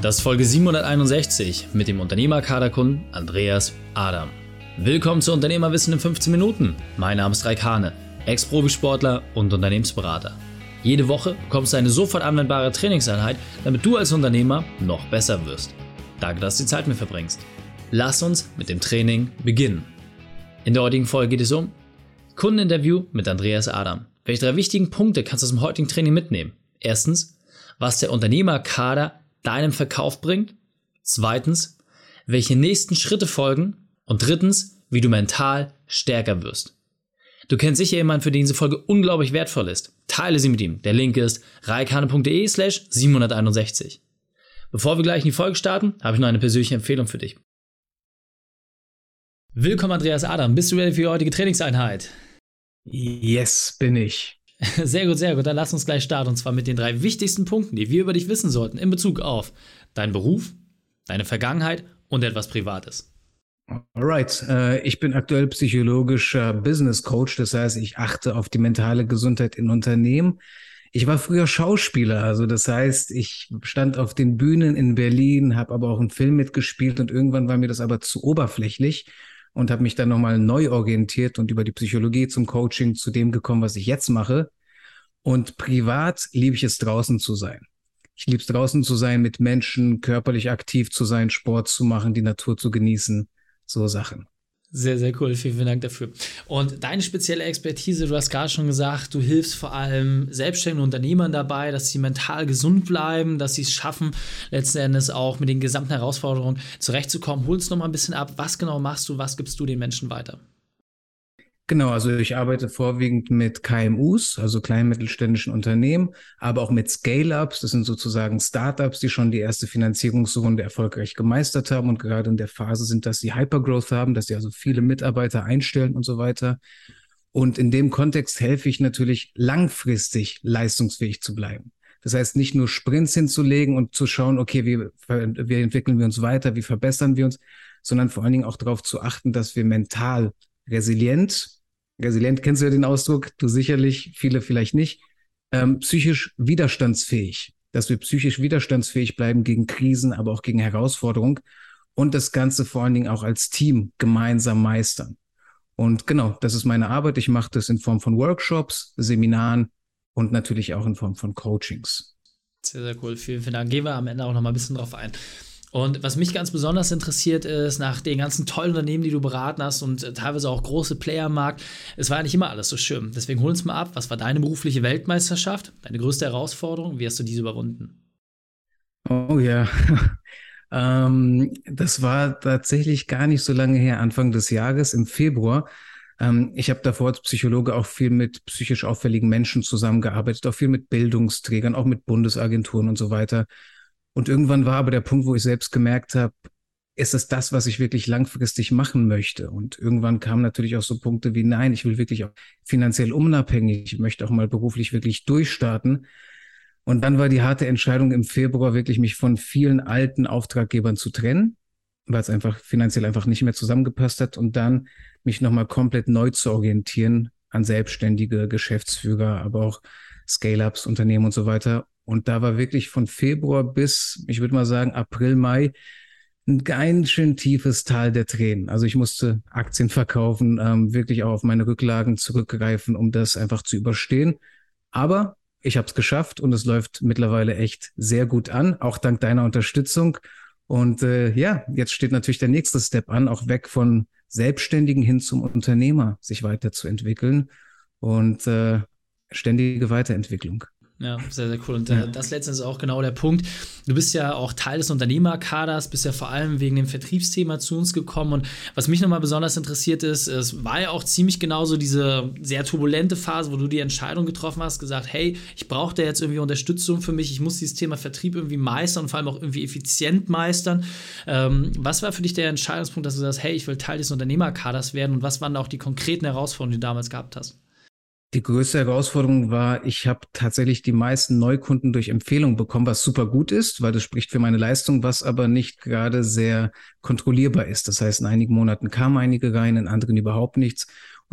Das ist Folge 761 mit dem Unternehmerkaderkunden Andreas Adam. Willkommen zu Unternehmerwissen in 15 Minuten. Mein Name ist Raik Hane, Ex-Profisportler und Unternehmensberater. Jede Woche bekommst du eine sofort anwendbare Trainingseinheit, damit du als Unternehmer noch besser wirst. Danke, dass du die Zeit mit verbringst. Lass uns mit dem Training beginnen. In der heutigen Folge geht es um Kundeninterview mit Andreas Adam. Welche 3 wichtigen Punkte kannst du aus dem heutigen Training mitnehmen? Erstens, was der Unternehmerkader deinem Verkauf bringt. Zweitens, welche nächsten Schritte folgen. Und drittens, wie du mental stärker wirst. Du kennst sicher jemanden, für den diese Folge unglaublich wertvoll ist. Teile sie mit ihm. Der Link ist raikhane.de/761. Bevor wir gleich in die Folge starten, habe ich noch eine persönliche Empfehlung für dich. Willkommen Andreas Adam. Bist du ready für die heutige Trainingseinheit? Yes, bin ich. Sehr gut, sehr gut. Dann lass uns gleich starten. Und zwar mit den 3 wichtigsten Punkten, die wir über dich wissen sollten in Bezug auf deinen Beruf, deine Vergangenheit und etwas Privates. Alright, ich bin aktuell psychologischer Business Coach, das heißt, ich achte auf die mentale Gesundheit in Unternehmen. Ich war früher Schauspieler, also das heißt, ich stand auf den Bühnen in Berlin, habe aber auch einen Film mitgespielt und irgendwann war mir das aber zu oberflächlich und habe mich dann nochmal neu orientiert und über die Psychologie zum Coaching zu dem gekommen, was ich jetzt mache. Und privat liebe ich es, draußen zu sein. Ich liebe es, draußen zu sein, mit Menschen, körperlich aktiv zu sein, Sport zu machen, die Natur zu genießen. So Sachen. Sehr, sehr cool. Vielen, vielen Dank dafür. Und deine spezielle Expertise, du hast gerade schon gesagt, du hilfst vor allem selbstständigen Unternehmern dabei, dass sie mental gesund bleiben, dass sie es schaffen, letzten Endes auch mit den gesamten Herausforderungen zurechtzukommen. Hol uns noch mal ein bisschen ab. Was genau machst du? Was gibst du den Menschen weiter? Genau, also ich arbeite vorwiegend mit KMUs, also kleinen mittelständischen Unternehmen, aber auch mit Scale-Ups, das sind sozusagen Startups, die schon die erste Finanzierungsrunde erfolgreich gemeistert haben und gerade in der Phase sind, dass sie Hypergrowth haben, dass sie also viele Mitarbeiter einstellen und so weiter. Und in dem Kontext helfe ich natürlich langfristig leistungsfähig zu bleiben. Das heißt, nicht nur Sprints hinzulegen und zu schauen, okay, wie entwickeln wir uns weiter, wie verbessern wir uns, sondern vor allen Dingen auch darauf zu achten, dass wir mental resilient, kennst du ja den Ausdruck, du sicherlich, viele vielleicht nicht, psychisch widerstandsfähig, dass wir psychisch widerstandsfähig bleiben gegen Krisen, aber auch gegen Herausforderungen und das Ganze vor allen Dingen auch als Team gemeinsam meistern. Und genau, das ist meine Arbeit. Ich mache das in Form von Workshops, Seminaren und natürlich auch in Form von Coachings. Sehr, sehr cool. Vielen, vielen Dank. Gehen wir am Ende auch noch mal ein bisschen drauf ein. Und was mich ganz besonders interessiert ist, nach den ganzen tollen Unternehmen, die du beraten hast und teilweise auch große Player am Markt, es war ja nicht immer alles so schön. Deswegen hol uns mal ab, was war deine berufliche Weltmeisterschaft, deine größte Herausforderung, wie hast du diese überwunden? Oh ja, das war tatsächlich gar nicht so lange her, Anfang des Jahres im Februar. Ich habe davor als Psychologe auch viel mit psychisch auffälligen Menschen zusammengearbeitet, auch viel mit Bildungsträgern, auch mit Bundesagenturen und so weiter. Und irgendwann war aber der Punkt, wo ich selbst gemerkt habe, ist es das, was ich wirklich langfristig machen möchte? Und irgendwann kamen natürlich auch so Punkte wie, nein, ich will wirklich auch finanziell unabhängig, ich möchte auch mal beruflich wirklich durchstarten. Und dann war die harte Entscheidung im Februar wirklich, mich von vielen alten Auftraggebern zu trennen, weil es einfach finanziell einfach nicht mehr zusammengepasst hat und dann mich nochmal komplett neu zu orientieren an selbstständige Geschäftsführer, aber auch Scale-Ups, Unternehmen und so weiter. Und da war wirklich von Februar bis, ich würde mal sagen, April, Mai ein ganz schön tiefes Tal der Tränen. Also ich musste Aktien verkaufen, wirklich auch auf meine Rücklagen zurückgreifen, um das einfach zu überstehen. Aber ich habe es geschafft und es läuft mittlerweile echt sehr gut an, auch dank deiner Unterstützung. Und ja, jetzt steht natürlich der nächste Step an, auch weg von Selbstständigen hin zum Unternehmer, sich weiterzuentwickeln und ständige Weiterentwicklung. Ja, sehr, sehr cool. Und das letztendlich ist auch genau der Punkt. Du bist ja auch Teil des Unternehmerkaders, bist ja vor allem wegen dem Vertriebsthema zu uns gekommen. Und was mich nochmal besonders interessiert ist, es war ja auch ziemlich genauso diese sehr turbulente Phase, wo du die Entscheidung getroffen hast, gesagt, hey, ich brauche da jetzt irgendwie Unterstützung für mich, ich muss dieses Thema Vertrieb irgendwie meistern und vor allem auch irgendwie effizient meistern. Was war für dich der Entscheidungspunkt, dass du sagst, hey, ich will Teil des Unternehmerkaders werden und was waren da auch die konkreten Herausforderungen, die du damals gehabt hast? Die größte Herausforderung war, ich habe tatsächlich die meisten Neukunden durch Empfehlung bekommen, was super gut ist, weil das spricht für meine Leistung, was aber nicht gerade sehr kontrollierbar ist. Das heißt, in einigen Monaten kamen einige rein, in anderen überhaupt nichts.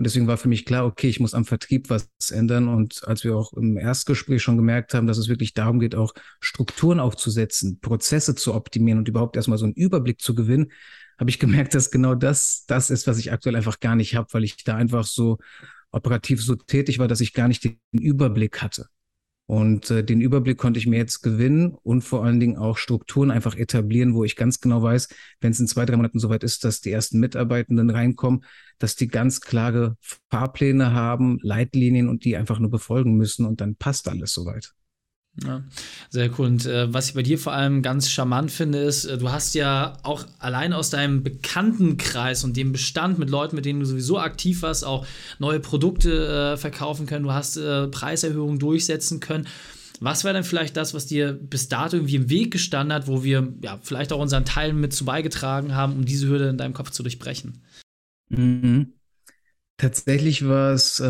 Und deswegen war für mich klar, okay, ich muss am Vertrieb was ändern. Und als wir auch im Erstgespräch schon gemerkt haben, dass es wirklich darum geht, auch Strukturen aufzusetzen, Prozesse zu optimieren und überhaupt erstmal so einen Überblick zu gewinnen, habe ich gemerkt, dass genau das ist, was ich aktuell einfach gar nicht habe, weil ich da einfach so operativ so tätig war, dass ich gar nicht den Überblick hatte. Und den Überblick konnte ich mir jetzt gewinnen und vor allen Dingen auch Strukturen einfach etablieren, wo ich ganz genau weiß, wenn es in 2, 3 Monaten soweit ist, dass die ersten Mitarbeitenden reinkommen, dass die ganz klare Fahrpläne haben, Leitlinien und die einfach nur befolgen müssen und dann passt alles soweit. Ja, sehr cool. Und was ich bei dir vor allem ganz charmant finde, ist, du hast ja auch allein aus deinem Bekanntenkreis und dem Bestand mit Leuten, mit denen du sowieso aktiv warst, auch neue Produkte verkaufen können. Du hast Preiserhöhungen durchsetzen können. Was wäre denn vielleicht das, was dir bis dato irgendwie im Weg gestanden hat, wo wir ja vielleicht auch unseren Teil mit zu beigetragen haben, um diese Hürde in deinem Kopf zu durchbrechen? Mhm. Tatsächlich war es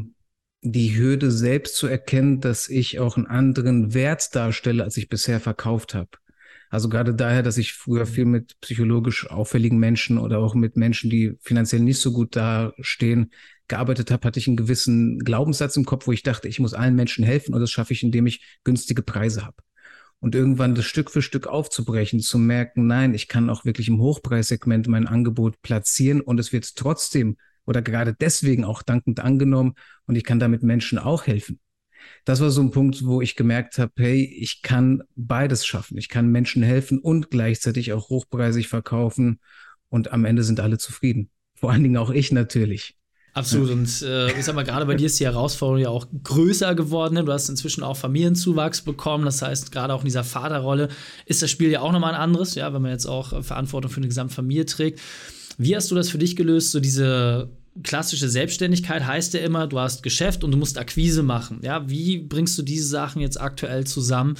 die Hürde selbst zu erkennen, dass ich auch einen anderen Wert darstelle, als ich bisher verkauft habe. Also gerade daher, dass ich früher viel mit psychologisch auffälligen Menschen oder auch mit Menschen, die finanziell nicht so gut dastehen, gearbeitet habe, hatte ich einen gewissen Glaubenssatz im Kopf, wo ich dachte, ich muss allen Menschen helfen und das schaffe ich, indem ich günstige Preise habe. Und irgendwann das Stück für Stück aufzubrechen, zu merken, nein, ich kann auch wirklich im Hochpreissegment mein Angebot platzieren und es wird trotzdem oder gerade deswegen auch dankend angenommen und ich kann damit Menschen auch helfen. Das war so ein Punkt, wo ich gemerkt habe, hey, ich kann beides schaffen. Ich kann Menschen helfen und gleichzeitig auch hochpreisig verkaufen und am Ende sind alle zufrieden. Vor allen Dingen auch ich natürlich. Absolut. Und ich sag mal, gerade bei dir ist die Herausforderung ja auch größer geworden. Ne? Du hast inzwischen auch Familienzuwachs bekommen. Das heißt, gerade auch in dieser Vaterrolle ist das Spiel ja auch nochmal ein anderes, ja, wenn man jetzt auch Verantwortung für eine Gesamtfamilie trägt. Wie hast du das für dich gelöst? So diese klassische Selbstständigkeit heißt ja immer, du hast Geschäft und du musst Akquise machen. Ja, wie bringst du diese Sachen jetzt aktuell zusammen?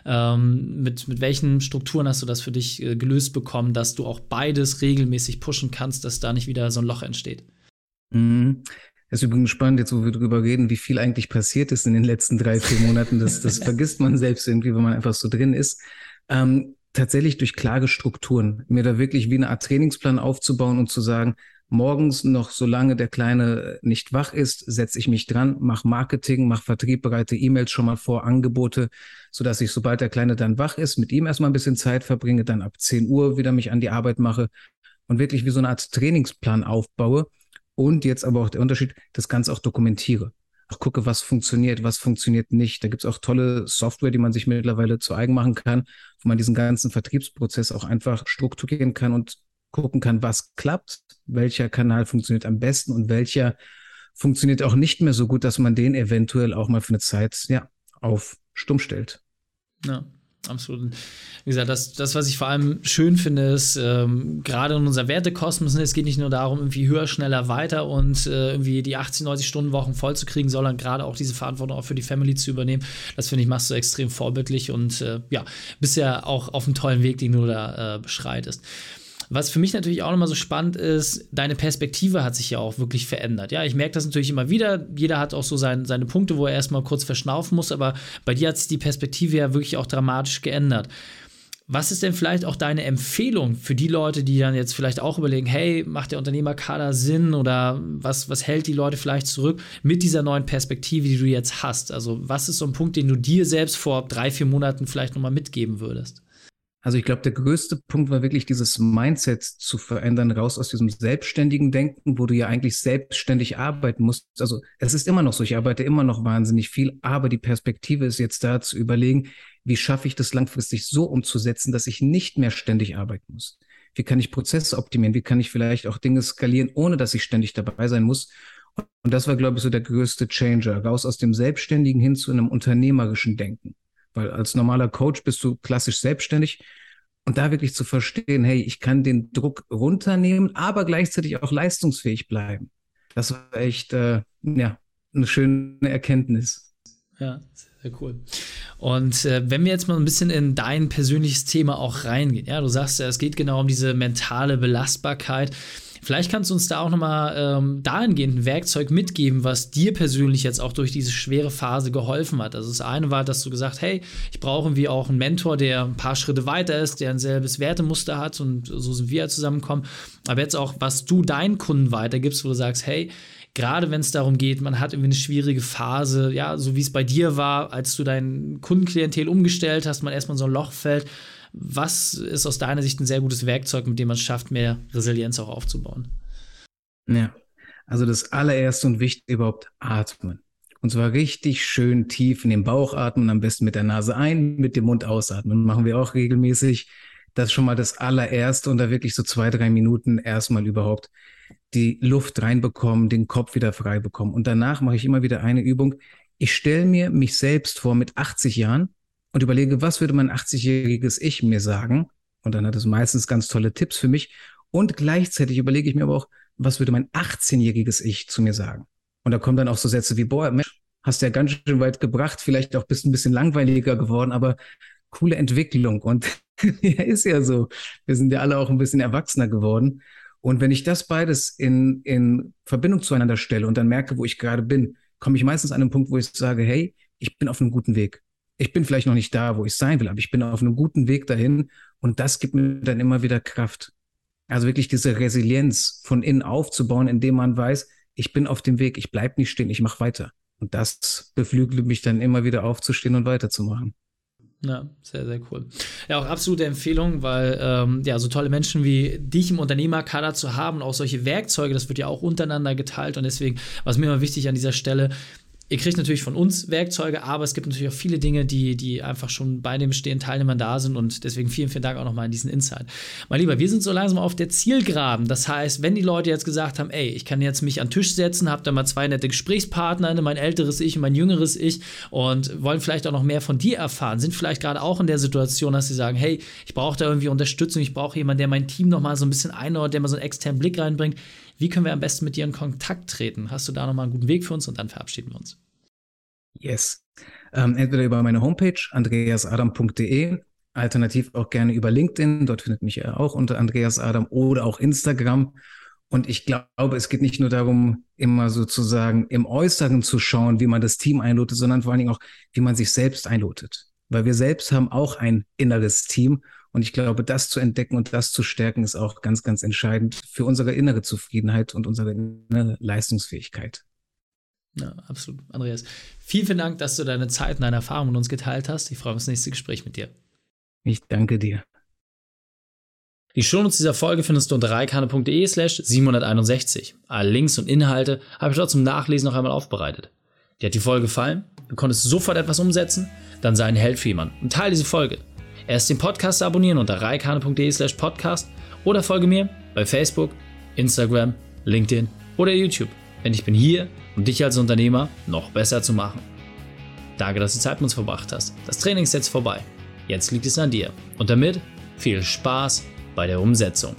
Mit welchen Strukturen hast du das für dich gelöst bekommen, dass du auch beides regelmäßig pushen kannst, dass da nicht wieder so ein Loch entsteht? Mhm. Das ist übrigens spannend, jetzt wo wir drüber reden, wie viel eigentlich passiert ist in den letzten 3, 4 Monaten. Das vergisst man selbst irgendwie, wenn man einfach so drin ist. Tatsächlich durch klare Strukturen, mir da wirklich wie eine Art Trainingsplan aufzubauen und zu sagen, morgens noch, solange der Kleine nicht wach ist, setze ich mich dran, mache Marketing, mache Vertrieb, bereite E-Mails schon mal vor, Angebote, sodass ich, sobald der Kleine dann wach ist, mit ihm erstmal ein bisschen Zeit verbringe, dann ab 10 Uhr wieder mich an die Arbeit mache und wirklich wie so eine Art Trainingsplan aufbaue und jetzt aber auch der Unterschied, das Ganze auch dokumentiere. Auch gucke, was funktioniert nicht. Da gibt es auch tolle Software, die man sich mittlerweile zu eigen machen kann, wo man diesen ganzen Vertriebsprozess auch einfach strukturieren kann und gucken kann, was klappt, welcher Kanal funktioniert am besten und welcher funktioniert auch nicht mehr so gut, dass man den eventuell auch mal für eine Zeit auf stumm stellt. Ja, absolut. Wie gesagt, das, was ich vor allem schön finde, ist, gerade in unserer Wertekosmos, es geht nicht nur darum, irgendwie höher, schneller, weiter und irgendwie die 80, 90-Stunden-Wochen voll zu kriegen, sondern gerade auch diese Verantwortung auch für die Family zu übernehmen. Das, finde ich, machst du extrem vorbildlich und bist ja auch auf einem tollen Weg, den du da beschreitest. Was für mich natürlich auch nochmal so spannend ist, deine Perspektive hat sich ja auch wirklich verändert. Ja, ich merke das natürlich immer wieder. Jeder hat auch so seine Punkte, wo er erstmal kurz verschnaufen muss, aber bei dir hat sich die Perspektive ja wirklich auch dramatisch geändert. Was ist denn vielleicht auch deine Empfehlung für die Leute, die dann jetzt vielleicht auch überlegen, hey, macht der Unternehmerkader Sinn oder was hält die Leute vielleicht zurück mit dieser neuen Perspektive, die du jetzt hast? Also was ist so ein Punkt, den du dir selbst vor 3, 4 Monaten vielleicht nochmal mitgeben würdest? Also ich glaube, der größte Punkt war wirklich dieses Mindset zu verändern, raus aus diesem selbstständigen Denken, wo du ja eigentlich selbstständig arbeiten musst. Also es ist immer noch so, ich arbeite immer noch wahnsinnig viel, aber die Perspektive ist jetzt da zu überlegen, wie schaffe ich das langfristig so umzusetzen, dass ich nicht mehr ständig arbeiten muss? Wie kann ich Prozesse optimieren? Wie kann ich vielleicht auch Dinge skalieren, ohne dass ich ständig dabei sein muss? Und das war, glaube ich, so der größte Changer, raus aus dem Selbstständigen hin zu einem unternehmerischen Denken. Weil als normaler Coach bist du klassisch selbstständig und da wirklich zu verstehen, hey, ich kann den Druck runternehmen, aber gleichzeitig auch leistungsfähig bleiben. Das war echt, eine schöne Erkenntnis. Ja, sehr cool. Und wenn wir jetzt mal ein bisschen in dein persönliches Thema auch reingehen, ja, du sagst ja, es geht genau um diese mentale Belastbarkeit. Vielleicht kannst du uns da auch nochmal dahingehend ein Werkzeug mitgeben, was dir persönlich jetzt auch durch diese schwere Phase geholfen hat. Also das eine war, dass du gesagt, hey, ich brauche irgendwie auch einen Mentor, der ein paar Schritte weiter ist, der ein selbes Wertemuster hat und so sind wir ja zusammengekommen. Aber jetzt auch, was du deinen Kunden weitergibst, wo du sagst, hey, gerade wenn es darum geht, man hat irgendwie eine schwierige Phase, ja, so wie es bei dir war, als du dein Kundenklientel umgestellt hast, man erstmal in so ein Loch fällt. Was ist aus deiner Sicht ein sehr gutes Werkzeug, mit dem man es schafft, mehr Resilienz auch aufzubauen? Ja, also das allererste und wichtigste überhaupt atmen. Und zwar richtig schön tief in den Bauch atmen, am besten mit der Nase ein, mit dem Mund ausatmen. Machen wir auch regelmäßig. Das ist schon mal das allererste und da wirklich so 2-3 Minuten erstmal überhaupt die Luft reinbekommen, den Kopf wieder frei bekommen. Und danach mache ich immer wieder eine Übung. Ich stelle mir mich selbst vor mit 80 Jahren und überlege, was würde mein 80-jähriges Ich mir sagen? Und dann hat es meistens ganz tolle Tipps für mich. Und gleichzeitig überlege ich mir aber auch, was würde mein 18-jähriges Ich zu mir sagen? Und da kommen dann auch so Sätze wie, boah, Mensch, hast ja ganz schön weit gebracht, vielleicht auch bist ein bisschen langweiliger geworden, aber coole Entwicklung. Und ja, ist ja so. Wir sind ja alle auch ein bisschen erwachsener geworden. Und wenn ich das beides in Verbindung zueinander stelle und dann merke, wo ich gerade bin, komme ich meistens an einen Punkt, wo ich sage, hey, ich bin auf einem guten Weg. Ich bin vielleicht noch nicht da, wo ich sein will, aber ich bin auf einem guten Weg dahin. Und das gibt mir dann immer wieder Kraft. Also wirklich diese Resilienz von innen aufzubauen, indem man weiß, ich bin auf dem Weg, ich bleibe nicht stehen, ich mache weiter. Und das beflügelt mich dann immer wieder aufzustehen und weiterzumachen. Ja, sehr, sehr cool. Ja, auch absolute Empfehlung, weil so tolle Menschen wie dich im Unternehmerkader zu haben, auch solche Werkzeuge, das wird ja auch untereinander geteilt und deswegen war es mir immer wichtig an dieser Stelle, ihr kriegt natürlich von uns Werkzeuge, aber es gibt natürlich auch viele Dinge, die einfach schon bei den bestehenden Teilnehmern da sind und deswegen vielen, vielen Dank auch nochmal an diesen Insight. Mein Lieber, wir sind so langsam auf der Zielgeraden. Das heißt, wenn die Leute jetzt gesagt haben, ey, ich kann jetzt mich an den Tisch setzen, hab da mal 2 nette Gesprächspartner, mein älteres Ich und mein jüngeres Ich und wollen vielleicht auch noch mehr von dir erfahren, sind vielleicht gerade auch in der Situation, dass sie sagen, hey, ich brauche da irgendwie Unterstützung, ich brauche jemanden, der mein Team nochmal so ein bisschen einordnet, der mal so einen externen Blick reinbringt. Wie können wir am besten mit dir in Kontakt treten? Hast du da nochmal einen guten Weg für uns und dann verabschieden wir uns? Yes. Entweder über meine Homepage andreasadam.de, alternativ auch gerne über LinkedIn, dort findet mich ja auch unter Andreas Adam oder auch Instagram. Und ich glaube, es geht nicht nur darum, immer sozusagen im Äußeren zu schauen, wie man das Team einlotet, sondern vor allen Dingen auch, wie man sich selbst einlotet. Weil wir selbst haben auch ein inneres Team. Und ich glaube, das zu entdecken und das zu stärken, ist auch ganz, ganz entscheidend für unsere innere Zufriedenheit und unsere innere Leistungsfähigkeit. Ja, absolut. Andreas, vielen, vielen Dank, dass du deine Zeit und deine Erfahrungen mit uns geteilt hast. Ich freue mich auf das nächste Gespräch mit dir. Ich danke dir. Die Shownotes dieser Folge findest du unter reikane.de/761. Alle Links und Inhalte habe ich dort zum Nachlesen noch einmal aufbereitet. Dir hat die Folge gefallen? Du konntest sofort etwas umsetzen? Dann sei ein Held für jemanden und teile diese Folge. Erst den Podcast abonnieren unter reikane.de/podcast oder folge mir bei Facebook, Instagram, LinkedIn oder YouTube. Denn ich bin hier, um dich als Unternehmer noch besser zu machen. Danke, dass du Zeit mit uns verbracht hast. Das Training ist jetzt vorbei. Jetzt liegt es an dir. Und damit viel Spaß bei der Umsetzung.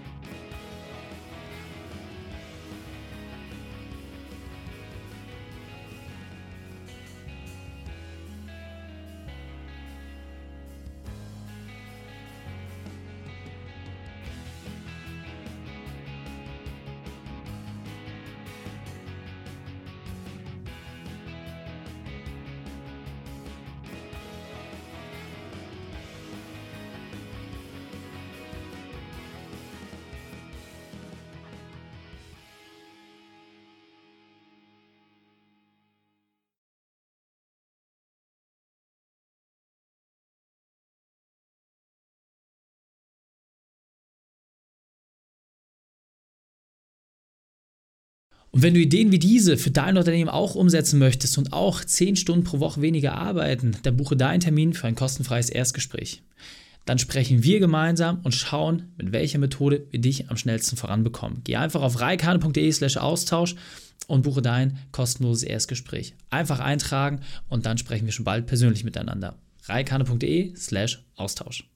Und wenn du Ideen wie diese für dein Unternehmen auch umsetzen möchtest und auch 10 Stunden pro Woche weniger arbeiten, dann buche deinen Termin für ein kostenfreies Erstgespräch. Dann sprechen wir gemeinsam und schauen, mit welcher Methode wir dich am schnellsten voranbekommen. Geh einfach auf reikane.de/Austausch und buche dein kostenloses Erstgespräch. Einfach eintragen und dann sprechen wir schon bald persönlich miteinander. reikane.de/Austausch.